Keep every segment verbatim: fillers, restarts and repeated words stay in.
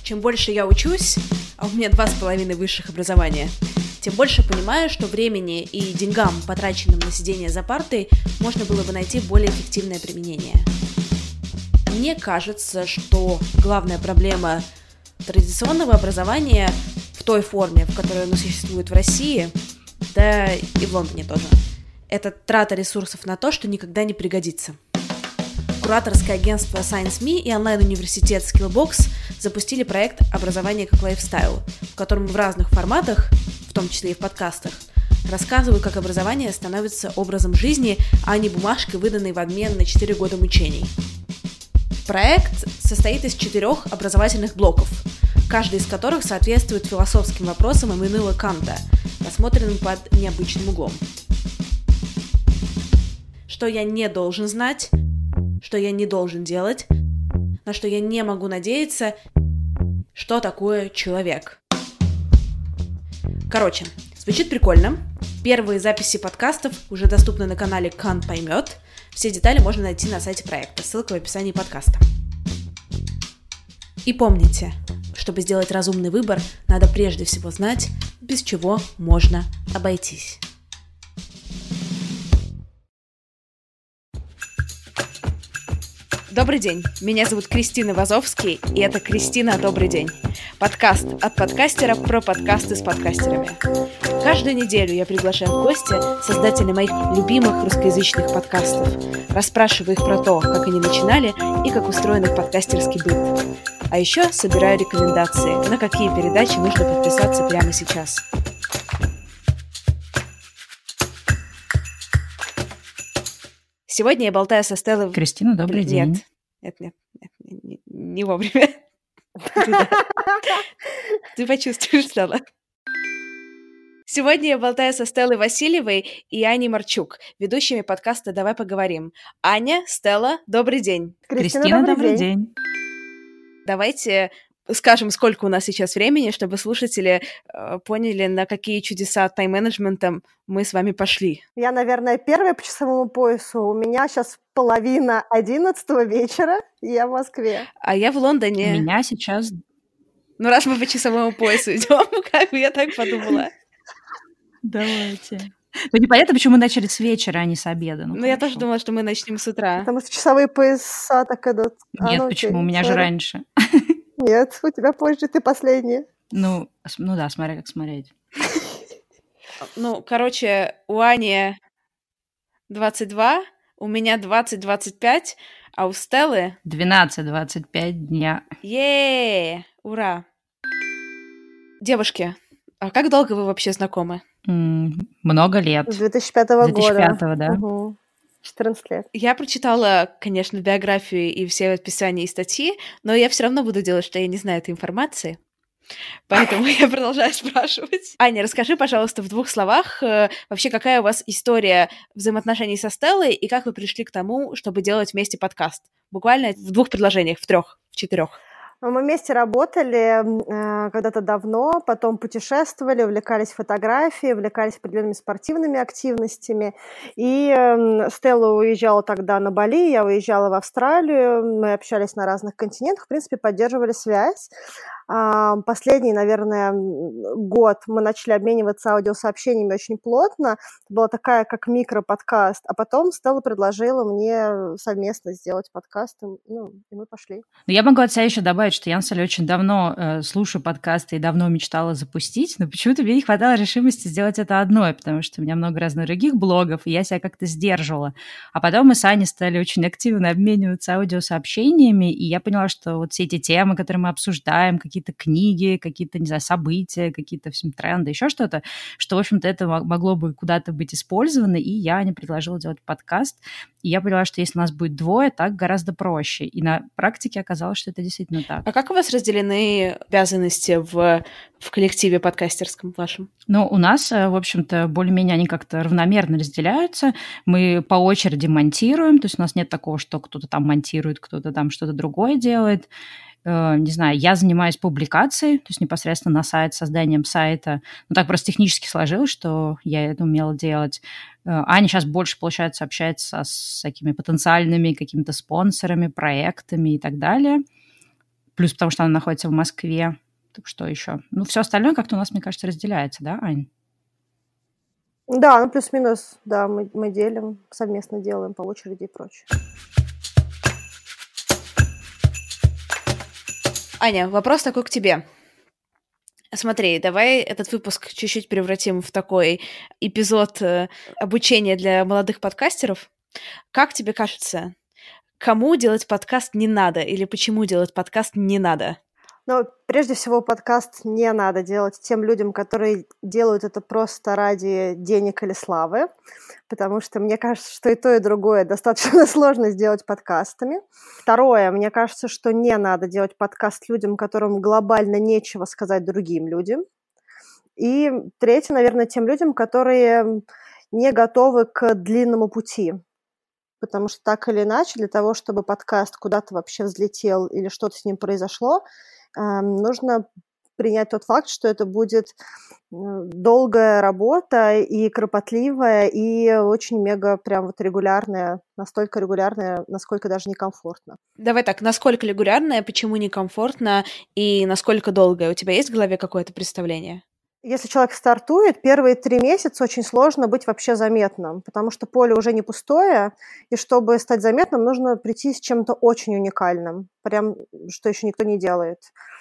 Чем больше я учусь, а у меня два с половиной высших образования, тем больше понимаю, что времени и деньгам, потраченным на сидение за партой, можно было бы найти более эффективное применение. Мне кажется, что главная проблема традиционного образования в той форме, в которой оно существует в России, да и в Лондоне тоже, это трата ресурсов на то, что никогда не пригодится. Кураторское агентство ScienceMe и онлайн-университет Skillbox запустили проект «Образование как лайфстайл», в котором в разных форматах, в том числе и в подкастах, рассказывают, как образование становится образом жизни, а не бумажкой, выданной в обмен на четыре года мучений. Проект состоит из четырех образовательных блоков, каждый из которых соответствует философским вопросам Иммануила Канта, рассмотренным под необычным углом. Что я не должен знать, что я не должен делать, на что я не могу надеяться, что такое человек. Короче, звучит прикольно. Первые записи подкастов уже доступны на канале Кант поймет. Все детали можно найти на сайте проекта, ссылка в описании подкаста. И помните, чтобы сделать разумный выбор, надо прежде всего знать, без чего можно обойтись. Добрый день, меня зовут Кристина Вазовский, и это «Кристина, добрый день». Подкаст от подкастера про подкасты с подкастерами. Каждую неделю я приглашаю в гости создателей моих любимых русскоязычных подкастов, расспрашиваю их про то, как они начинали и как устроен их подкастерский быт. А еще собираю рекомендации, на какие передачи нужно подписаться прямо сейчас. Сегодня я болтаю со Стеллой... Кристина, добрый день. Нет, нет, нет, нет не, не вовремя. Ты почувствуешь, Стелла. Сегодня я болтаю со Стеллой Васильевой и Аней Марчук, ведущими подкаста «Давай поговорим». Аня, Стелла, добрый день. Кристина, добрый день. Давайте скажем, сколько у нас сейчас времени, чтобы слушатели э, поняли, на какие чудеса тайм-менеджмента мы с вами пошли. Я, наверное, первая по часовому поясу. У меня сейчас половина одиннадцатого вечера, и я в Москве. А я в Лондоне. У меня сейчас... Ну, раз мы по часовому поясу идем, как бы я так подумала. Давайте. Ну, непонятно, почему мы начали с вечера, а не с обеда. Ну, ну я тоже думала, что мы начнем с утра. Потому что часовые пояса так идут. Нет, а, ну, почему? Окей, у меня sorry. же раньше. Нет, у тебя позже, ты последняя. Ну, ну да, смотря как смотреть. Ну, короче, у Ани двадцать два, у меня двадцать двадцать пять, а у Стеллы... двенадцать двадцать пять дня. Е-е-е, ура! Девушки, а как долго вы вообще знакомы? М- много лет. С две тысячи пятого года. две тысячи пятого, да. Угу. четырнадцать лет. Я прочитала, конечно, биографию и все описания и статьи, но я все равно буду делать, что я не знаю этой информации. Поэтому я продолжаю спрашивать. Аня, расскажи, пожалуйста, в двух словах, вообще, какая у вас история взаимоотношений со Стеллой и как вы пришли к тому, чтобы делать вместе подкаст? Буквально в двух предложениях, в трех, в четырех. Мы вместе работали э, когда-то давно, потом путешествовали, увлекались фотографией, увлекались определенными спортивными активностями. И э, Стелла уезжала тогда на Бали, я уезжала в Австралию, мы общались на разных континентах, в принципе, поддерживали связь. А, последний, наверное, год мы начали обмениваться аудиосообщениями очень плотно. Это была такая, как микроподкаст. А потом Стелла предложила мне совместно сделать подкаст, и, ну, и мы пошли. Но я могу от себя еще добавить, что я, на самом деле, очень давно э, слушаю подкасты и давно мечтала запустить, но почему-то мне не хватало решимости сделать это одной, потому что у меня много разных других блогов, и я себя как-то сдерживала. А потом мы с Аней стали очень активно обмениваться аудиосообщениями, и я поняла, что вот все эти темы, которые мы обсуждаем, какие-то книги, какие-то, не знаю, события, какие-то всем тренды, еще что-то, что, в общем-то, это могло бы куда-то быть использовано, и я Ане предложила делать подкаст, и я поняла, что если нас будет двое, так гораздо проще. И на практике оказалось, что это действительно так. А как у вас разделены обязанности в, в коллективе подкастерском вашем? Ну, у нас, в общем-то, более-менее они как-то равномерно разделяются. Мы по очереди монтируем, то есть у нас нет такого, что кто-то там монтирует, кто-то там что-то другое делает. Не знаю, я занимаюсь публикацией, то есть непосредственно на сайт, созданием сайта. Ну, так просто технически сложилось, что я это умела делать. Аня сейчас больше, получается, общается с всякими потенциальными какими-то спонсорами, проектами и так далее. плюс потому что она находится в Москве. Так что еще? Ну, все остальное как-то у нас, мне кажется, разделяется, да, Ань? Да, ну плюс-минус, да, мы, мы делим, совместно делаем по очереди и прочее. Аня, вопрос такой к тебе. Смотри, давай этот выпуск чуть-чуть превратим в такой эпизод э, обучения для молодых подкастеров. Как тебе кажется, кому делать подкаст не надо или почему делать подкаст не надо? Но прежде всего подкаст не надо делать тем людям, которые делают это просто ради денег или славы, потому что мне кажется, что и то, и другое достаточно сложно сделать подкастами. Второе, мне кажется, что не надо делать подкаст людям, которым глобально нечего сказать другим людям. И третье, наверное, тем людям, которые не готовы к длинному пути. Потому что так или иначе, для того, чтобы подкаст куда-то вообще взлетел или что-то с ним произошло, нужно принять тот факт, что это будет долгая работа и кропотливая, и очень мега прям вот регулярная, настолько регулярная, насколько даже некомфортно. Давай так, насколько регулярная, почему некомфортно и насколько долгая? У тебя есть в голове какое-то представление? Если человек стартует, первые три месяца очень сложно быть вообще заметным, потому что поле уже не пустое, и чтобы стать заметным, нужно прийти с чем-то очень уникальным, прям что еще никто не делает.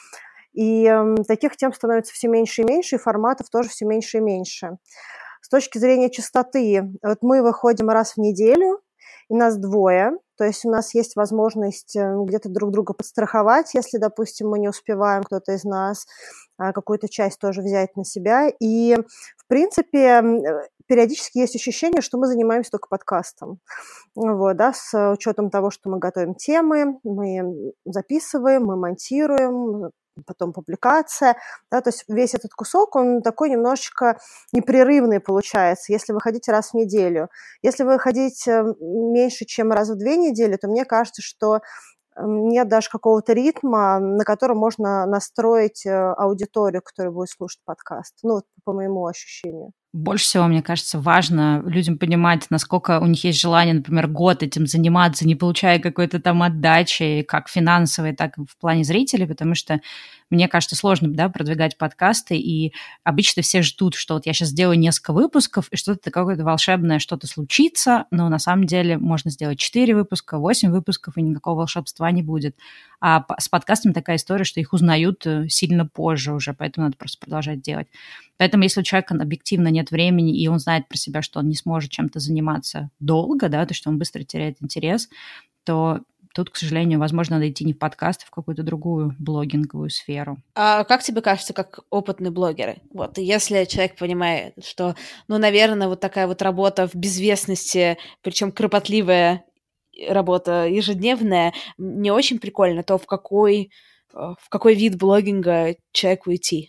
И э, таких тем становится все меньше и меньше, и форматов тоже все меньше и меньше. С точки зрения частоты, вот мы выходим раз в неделю, и нас двое, то есть у нас есть возможность где-то друг друга подстраховать, если, допустим, мы не успеваем, кто-то из нас какую-то часть тоже взять на себя. И, в принципе, периодически есть ощущение, что мы занимаемся только подкастом. Вот, да, с учетом того, что мы готовим темы, мы записываем, мы монтируем, потом публикация, да, то есть весь этот кусок, он такой немножечко непрерывный получается, если выходить раз в неделю. Если выходить меньше, чем раз в две недели, то мне кажется, что нет даже какого-то ритма, на котором можно настроить аудиторию, которая будет слушать подкаст, ну, по моему ощущению. Больше всего, мне кажется, важно людям понимать, насколько у них есть желание, например, год этим заниматься, не получая какой-то там отдачи, как финансовой, так и в плане зрителей, потому что мне кажется, сложно, да, продвигать подкасты, и обычно все ждут, что вот я сейчас сделаю несколько выпусков, и что-то какое-то волшебное что-то случится, но на самом деле можно сделать четыре выпуска, восемь выпусков, и никакого волшебства не будет. А с подкастами такая история, что их узнают сильно позже уже, поэтому надо просто продолжать делать. Поэтому если у человека объективно нет времени, и он знает про себя, что он не сможет чем-то заниматься долго, да, то что он быстро теряет интерес, то тут, к сожалению, возможно, надо идти не в подкаст, а в какую-то другую блогинговую сферу. А как тебе кажется, как опытный блогер? Вот, если человек понимает, что, ну, наверное, вот такая вот работа в безвестности, причем кропотливая работа ежедневная, не очень прикольно, то в какой, в какой вид блогинга человеку идти?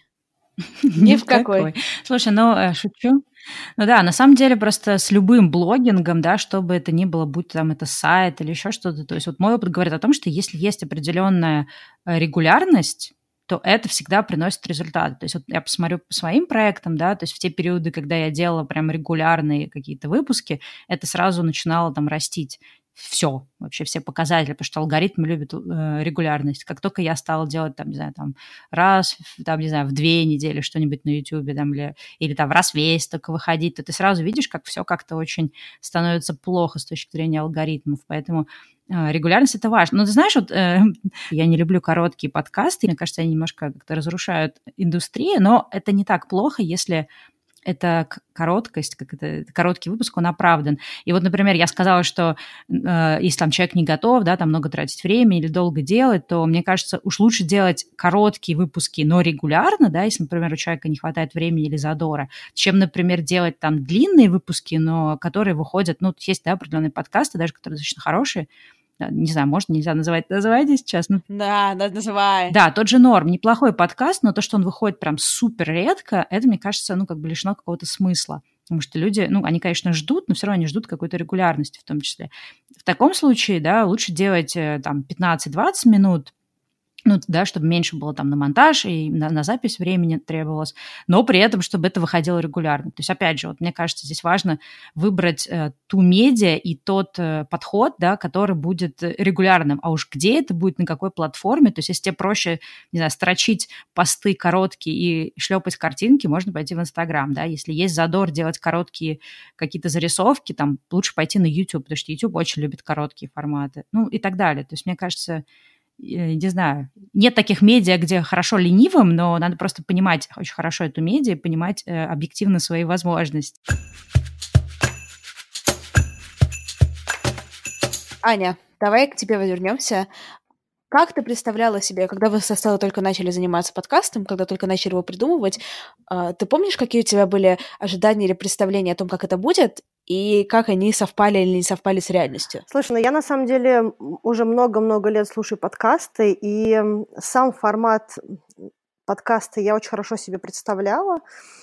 Ни в какой. Слушай, ну, шучу. Ну да, на самом деле просто с любым блогингом, да, что бы это ни было, будь там это сайт или еще что-то, то есть вот мой опыт говорит о том, что если есть определенная регулярность, то это всегда приносит результат. То есть вот я посмотрю по своим проектам, да, то есть в те периоды, когда я делала прям регулярные какие-то выпуски, это сразу начинало там растить. Все, вообще все показатели, потому что алгоритм любит э, регулярность. Как только я стала делать, там, не знаю, там, раз, там, не знаю, в две недели что-нибудь на Ютубе, там, или, или там раз в месяц только выходить, то ты сразу видишь, как все как-то очень становится плохо с точки зрения алгоритмов. Поэтому э, регулярность – это важно. Но ты знаешь, вот э, я не люблю короткие подкасты, мне кажется, они немножко как-то разрушают индустрию, но это не так плохо, если эта короткость, как это, короткий выпуск, он оправдан. И вот, например, я сказала, что э, если там человек не готов, да, там много тратить времени или долго делать, то, мне кажется, уж лучше делать короткие выпуски, но регулярно, да, если, например, у человека не хватает времени или задора, чем, например, делать там длинные выпуски, но которые выходят, ну, есть, да, определенные подкасты, даже которые достаточно хорошие, не знаю, можно, нельзя называть, называйте сейчас. Ну, да, да, называй. Да, тот же «Норм», неплохой подкаст, но то, что он выходит прям супер редко, это, мне кажется, ну, как бы лишено какого-то смысла. Потому что люди, ну, они, конечно, ждут, но все равно они ждут какой-то регулярности в том числе. В таком случае, да, лучше делать там пятнадцать-двадцать минут, ну, да, чтобы меньше было там на монтаж и на, на запись времени требовалось, но при этом, чтобы это выходило регулярно. То есть, опять же, вот мне кажется, здесь важно выбрать э, ту медиа и тот э, подход, да, который будет регулярным. А уж где это будет, на какой платформе, то есть если тебе проще, не знаю, строчить посты короткие и шлепать картинки, можно пойти в Инстаграм, да, если есть задор делать короткие какие-то зарисовки, там лучше пойти на YouTube, потому что YouTube очень любит короткие форматы, ну и так далее. То есть, мне кажется, не знаю, нет таких медиа, где хорошо ленивым, но надо просто понимать очень хорошо эту медиа, понимать э, объективно свои возможности. Аня, давай к тебе вернемся. Как ты представляла себе, когда вы со Стеллой только начали заниматься подкастом, когда только начали его придумывать, ты помнишь, какие у тебя были ожидания или представления о том, как это будет, и как они совпали или не совпали с реальностью? Слушай, ну я на самом деле уже много-много лет слушаю подкасты, и сам формат подкаста я очень хорошо себе представляла.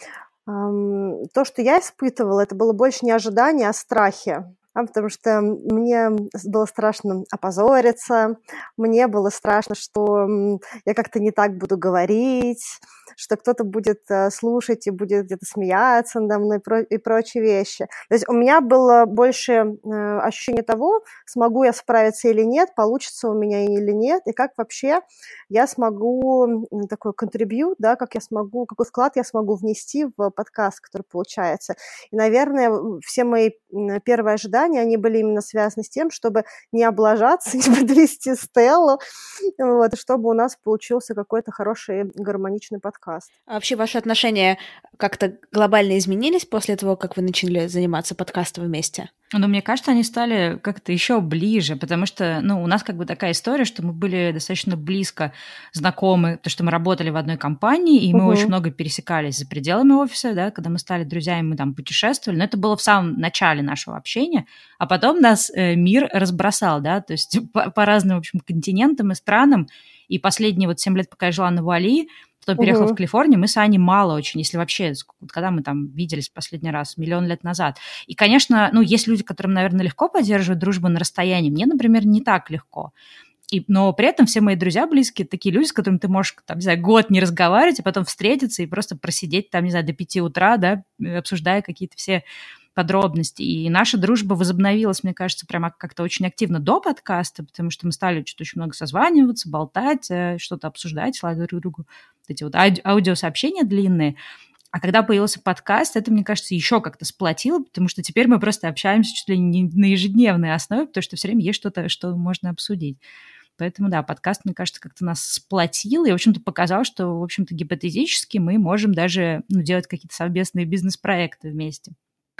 То, что я испытывала, это было больше не ожидание, а страхи. А, потому что мне было страшно опозориться, мне было страшно, что я как-то не так буду говорить, что кто-то будет слушать и будет где-то смеяться надо мной и прочие вещи. То есть у меня было больше ощущение того, смогу я справиться или нет, получится у меня или нет, и как вообще я смогу такой контрибьют, да, как я смогу, какой вклад я смогу внести в подкаст, который получается. И, наверное, все мои первые ожидания, они были именно связаны с тем, чтобы не облажаться, не подвести Стеллу, вот, чтобы у нас получился какой-то хороший гармоничный подкаст. А вообще ваши отношения как-то глобально изменились после того, как вы начали заниматься подкастом вместе? Ну, мне кажется, они стали как-то еще ближе, потому что, ну, у нас как бы такая история, что мы были достаточно близко знакомы, то, что мы работали в одной компании, и мы угу. очень много пересекались за пределами офиса, да, когда мы стали друзьями, мы там путешествовали, но это было в самом начале нашего общения, а потом нас э, мир разбросал, да, то есть по, по разным, в общем, континентам и странам, и последние вот семь лет, пока я жила на Бали, потом переехала uh-huh. в Калифорнию, мы с Аней мало очень, если вообще, когда мы там виделись последний раз, миллион лет назад. И, конечно, ну, есть люди, которым, наверное, легко поддерживать дружбу на расстоянии. Мне, например, не так легко. И, но при этом все мои друзья близкие, такие люди, с которыми ты можешь, там, не знаю, год не разговаривать, а потом встретиться и просто просидеть там, не знаю, до пяти утра, да, обсуждая какие-то все подробности. И наша дружба возобновилась, мне кажется, прямо как-то очень активно до подкаста, потому что мы стали что-то очень много созваниваться, болтать, что-то обсуждать, слать друг другу эти вот ауди- аудиосообщения длинные. А когда появился подкаст, это, мне кажется, еще как-то сплотило, потому что теперь мы просто общаемся чуть ли не на ежедневной основе, потому что все время есть что-то, что можно обсудить. Поэтому, да, подкаст, мне кажется, как-то нас сплотил и, в общем-то, показал, что, в общем-то, гипотетически мы можем даже ну, делать какие-то совместные бизнес-проекты вместе.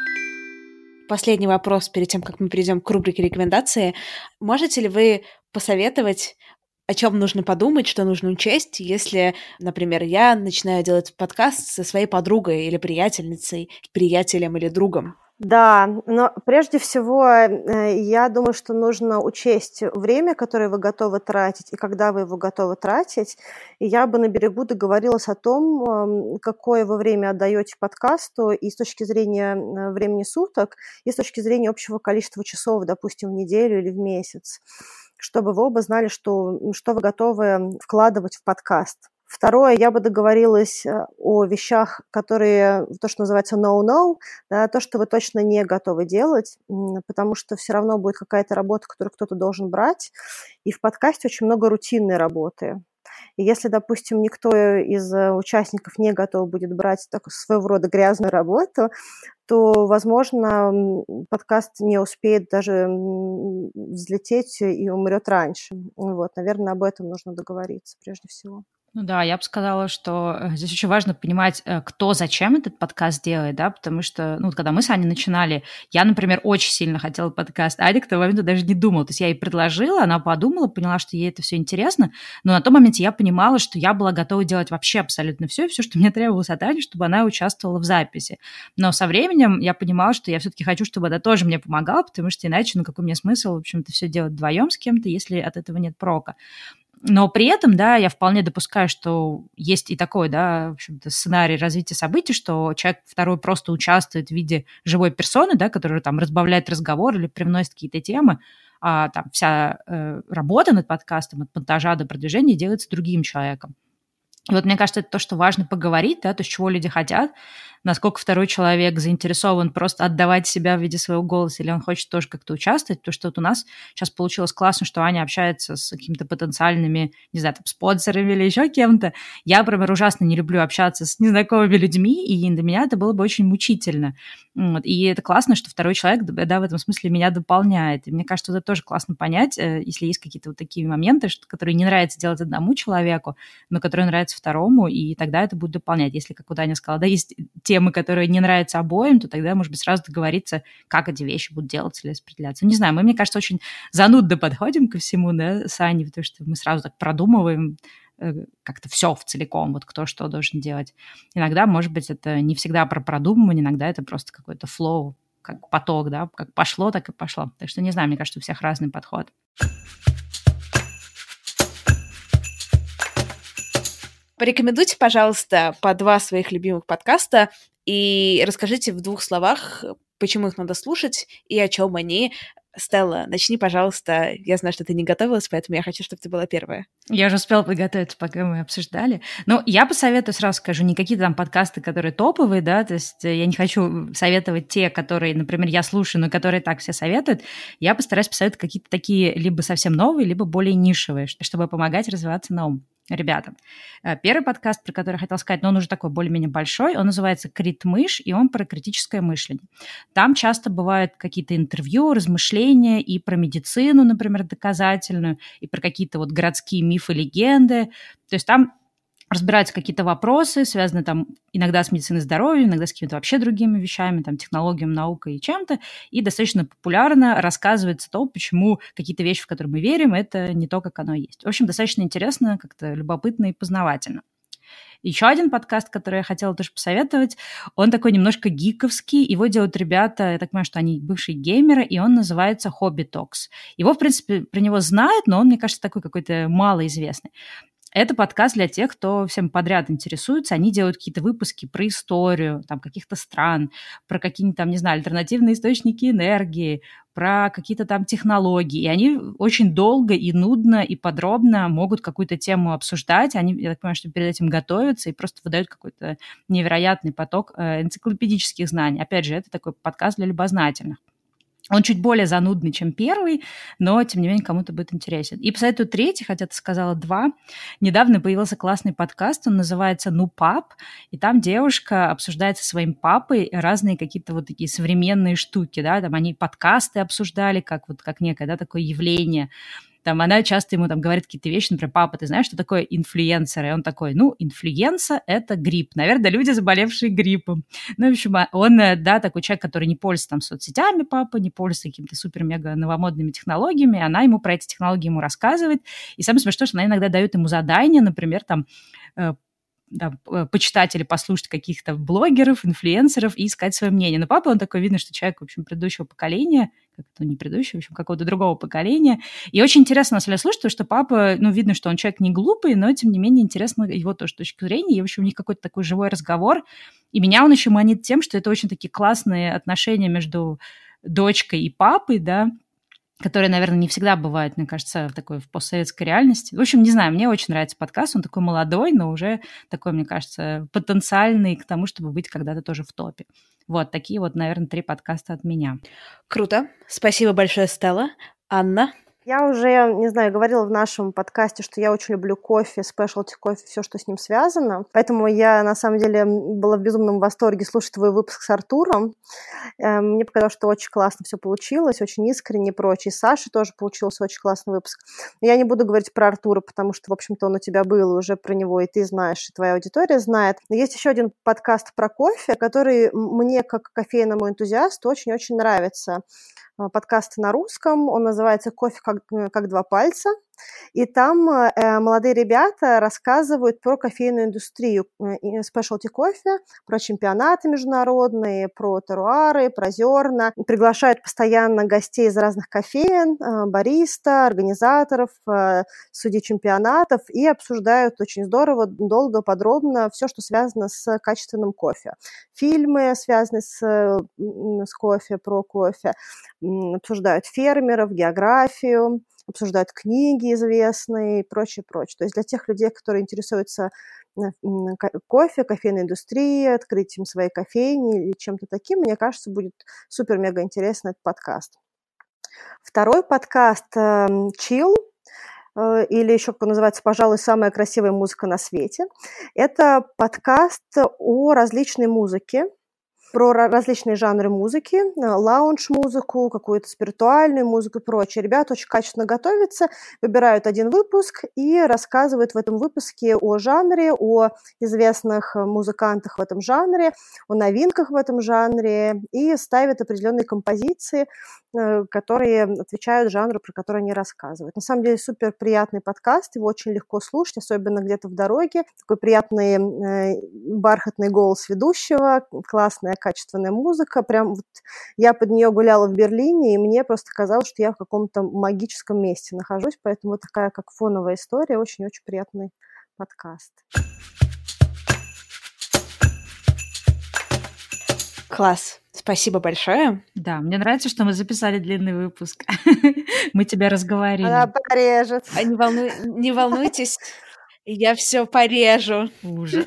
Последний вопрос перед тем, как мы перейдем к рубрике рекомендации. Можете ли вы посоветовать, о чем нужно подумать, что нужно учесть, если, например, я начинаю делать подкаст со своей подругой или приятельницей, приятелем или другом? Да, но прежде всего я думаю, что нужно учесть время, которое вы готовы тратить, и когда вы его готовы тратить. И я бы на берегу договорилась о том, какое вы время отдаете подкасту и с точки зрения времени суток, и с точки зрения общего количества часов, допустим, в неделю или в месяц, чтобы вы оба знали, что, что вы готовы вкладывать в подкаст. Второе, я бы договорилась о вещах, которые, то, что называется no-no, да, то, что вы точно не готовы делать, потому что все равно будет какая-то работа, которую кто-то должен брать, и в подкасте очень много рутинной работы. И если, допустим, никто из участников не готов будет брать такую своего рода грязную работу, то, возможно, подкаст не успеет даже взлететь и умрет раньше. Вот, наверное, об этом нужно договориться прежде всего. Ну да, я бы сказала, что здесь очень важно понимать, кто зачем этот подкаст делает, да, потому что, ну, когда мы с Аней начинали, я, например, очень сильно хотела подкаст, Аня к тому моменту даже не думала, то есть я ей предложила, она подумала, поняла, что ей это все интересно, но на том моменте я понимала, что я была готова делать вообще абсолютно все, все, что мне требовалось от Ани, чтобы она участвовала в записи. Но со временем я понимала, что я все-таки хочу, чтобы она тоже мне помогала, потому что иначе, ну, какой мне смысл, в общем-то, все делать вдвоем с кем-то, если от этого нет прока. Но при этом, да, я вполне допускаю, что есть и такой, да, в общем-то, сценарий развития событий, что человек второй просто участвует в виде живой персоны, да, которая там разбавляет разговор или привносит какие-то темы, а там вся э, работа над подкастом, от монтажа до продвижения делается другим человеком. И вот мне кажется, это то, что важно поговорить, да, то, с чего люди хотят, насколько второй человек заинтересован просто отдавать себя в виде своего голоса, или он хочет тоже как-то участвовать, потому что вот у нас сейчас получилось классно, что Аня общается с какими-то потенциальными, не знаю, там, спонсорами или еще кем-то. Я, например, ужасно не люблю общаться с незнакомыми людьми, и для меня это было бы очень мучительно. Вот. И это классно, что второй человек, да, в этом смысле меня дополняет. И мне кажется, это тоже классно понять, если есть какие-то вот такие моменты, которые не нравится делать одному человеку, но которые нравятся второму, и тогда это будет дополнять. Если, как вот Аня сказала, да, есть темы, которые не нравятся обоим, то тогда, может быть, сразу договориться, как эти вещи будут делаться или распределяться. Не знаю, мы, мне кажется, очень занудно подходим ко всему, да, с Аней, потому что мы сразу так продумываем э, как-то все в целиком, вот кто что должен делать. Иногда, может быть, это не всегда про продумывание, иногда это просто какой-то флоу, как поток, да, как пошло, так и пошло. Так что, не знаю, мне кажется, у всех разный подход. Порекомендуйте, пожалуйста, по два своих любимых подкаста и расскажите в двух словах, почему их надо слушать и о чем они. Стелла, начни, пожалуйста. Я знаю, что ты не готовилась, поэтому я хочу, чтобы ты была первая. Я уже успела подготовиться, пока мы обсуждали. Но я посоветую, сразу скажу, не какие-то там подкасты, которые топовые, да, то есть я не хочу советовать те, которые, например, я слушаю, но которые так все советуют. Я постараюсь посоветовать какие-то такие либо совсем новые, либо более нишевые, чтобы помогать развиваться новым ребятам. Первый подкаст, про который я хотела сказать, но он уже такой более-менее большой, он называется «Крит-мыш», и он про критическое мышление. Там часто бывают какие-то интервью, размышления и про медицину, например, доказательную, и про какие-то вот городские мифы, легенды. То есть там разбираются какие-то вопросы, связанные там иногда с медициной здоровья, иногда с какими-то вообще другими вещами, там, технологиями, наукой и чем-то, и достаточно популярно рассказывается то, почему какие-то вещи, в которые мы верим, это не то, как оно есть. В общем, достаточно интересно, как-то любопытно и познавательно. Еще один подкаст, который я хотела тоже посоветовать, он такой немножко гиковский, его делают ребята, я так понимаю, что они бывшие геймеры, и он называется Hobby Talks. Его, в принципе, про него знают, но он, мне кажется, такой какой-то малоизвестный. Это подкаст для тех, кто всем подряд интересуется. Они делают какие-то выпуски про историю там, каких-то стран, про какие-нибудь там, не знаю, альтернативные источники энергии, про какие-то там технологии. И они очень долго и нудно и подробно могут какую-то тему обсуждать. Они, я так понимаю, что перед этим готовятся и просто выдают какой-то невероятный поток э, энциклопедических знаний. Опять же, это такой подкаст для любознательных. Он чуть более занудный, чем первый, но, тем не менее, кому-то будет интересен. И посоветую третий, хотя ты сказала два. Недавно появился классный подкаст, он называется «Ну, пап», и там девушка обсуждает со своим папой разные какие-то вот такие современные штуки, да, там они подкасты обсуждали, как вот как некое, да, такое явление. Там она часто ему там говорит какие-то вещи, например, папа, ты знаешь, что такое инфлюенсер? И он такой, ну, инфлюенса – это грипп. Наверное, люди, заболевшие гриппом. Ну, в общем, он, да, такой человек, который не пользуется там соцсетями, папа, не пользуется какими-то супер-мега новомодными технологиями. Она ему про эти технологии ему рассказывает. И самое смешное, что она иногда дает ему задания, например, там, да, почитать или послушать каких-то блогеров, инфлюенсеров и искать свое мнение. Но папа, он такой, видно, что человек, в общем, предыдущего поколения, как-то не предыдущего, в общем, какого-то другого поколения. И очень интересно, на самом деле, слушать, потому что папа, ну, видно, что он человек не глупый, но, тем не менее, интересно его тоже точка зрения. И, в общем, у них какой-то такой живой разговор. И меня он еще манит тем, что это очень такие классные отношения между дочкой и папой, да, которые, наверное, не всегда бывают, мне кажется, в такой в постсоветской реальности. В общем, не знаю, мне очень нравится подкаст, он такой молодой, но уже такой, мне кажется, потенциальный к тому, чтобы быть когда-то тоже в топе. Вот, такие вот, наверное, три подкаста от меня. Круто. Спасибо большое, Стелла. Анна? Я уже, не знаю, говорила в нашем подкасте, что я очень люблю кофе, спешлти кофе, все, что с ним связано. Поэтому я, на самом деле, была в безумном восторге слушать твой выпуск с Артуром. Мне показалось, что очень классно все получилось, очень искренне и прочее. И Саше тоже получился очень классный выпуск. Но я не буду говорить про Артура, потому что, в общем-то, он у тебя был, и уже про него и ты знаешь, и твоя аудитория знает. Но есть еще один подкаст про кофе, который мне, как кофейному энтузиасту, очень-очень нравится. Подкаст на русском, он называется «Кофе как как, как два пальца. И там э, молодые ребята рассказывают про кофейную индустрию, э, спешлти кофе, про чемпионаты международные, про теруары, про зерна. Приглашают постоянно гостей из разных кофеен, э, бариста, организаторов, э, судей чемпионатов и обсуждают очень здорово, долго, подробно все, что связано с качественным кофе. Фильмы, связанные с, с кофе, про кофе, обсуждают фермеров, географию, обсуждают книги известные и прочее, прочее. То есть для тех людей, которые интересуются кофе, кофейной индустрией, открытием своей кофейни или чем-то таким, мне кажется, будет супер-мега интересный этот подкаст. Второй подкаст «Chill», или еще, как он называется, пожалуй, «Самая красивая музыка на свете». Это подкаст о различной музыке, про различные жанры музыки, лаунж-музыку, какую-то спиритуальную музыку и прочее. Ребята очень качественно готовятся, выбирают один выпуск и рассказывают в этом выпуске о жанре, о известных музыкантах в этом жанре, о новинках в этом жанре и ставят определенные композиции, которые отвечают жанру, про который они рассказывают. На самом деле супер приятный подкаст, его очень легко слушать, особенно где-то в дороге. Такой приятный бархатный голос ведущего, классная качественная музыка. Прям вот я под нее гуляла в Берлине, и мне просто казалось, что я в каком-то магическом месте нахожусь, поэтому такая как фоновая история, очень-очень приятный подкаст. Класс. Спасибо большое. Да, мне нравится, что мы записали длинный выпуск. Мы тебя разговорили. Она порежет. А не, волну... не волнуйтесь, я все порежу. Ужас.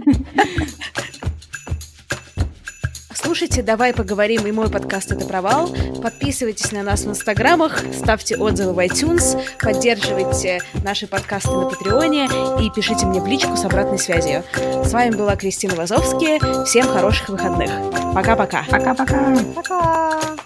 Слушайте «Давай поговорим» и мой подкаст «Это провал». Подписывайтесь на нас в инстаграмах, ставьте отзывы в iTunes, поддерживайте наши подкасты на Патреоне и пишите мне в личку с обратной связью. С вами была Кристина Вазовская. Всем хороших выходных. Пока-пока. Пока-пока. Пока.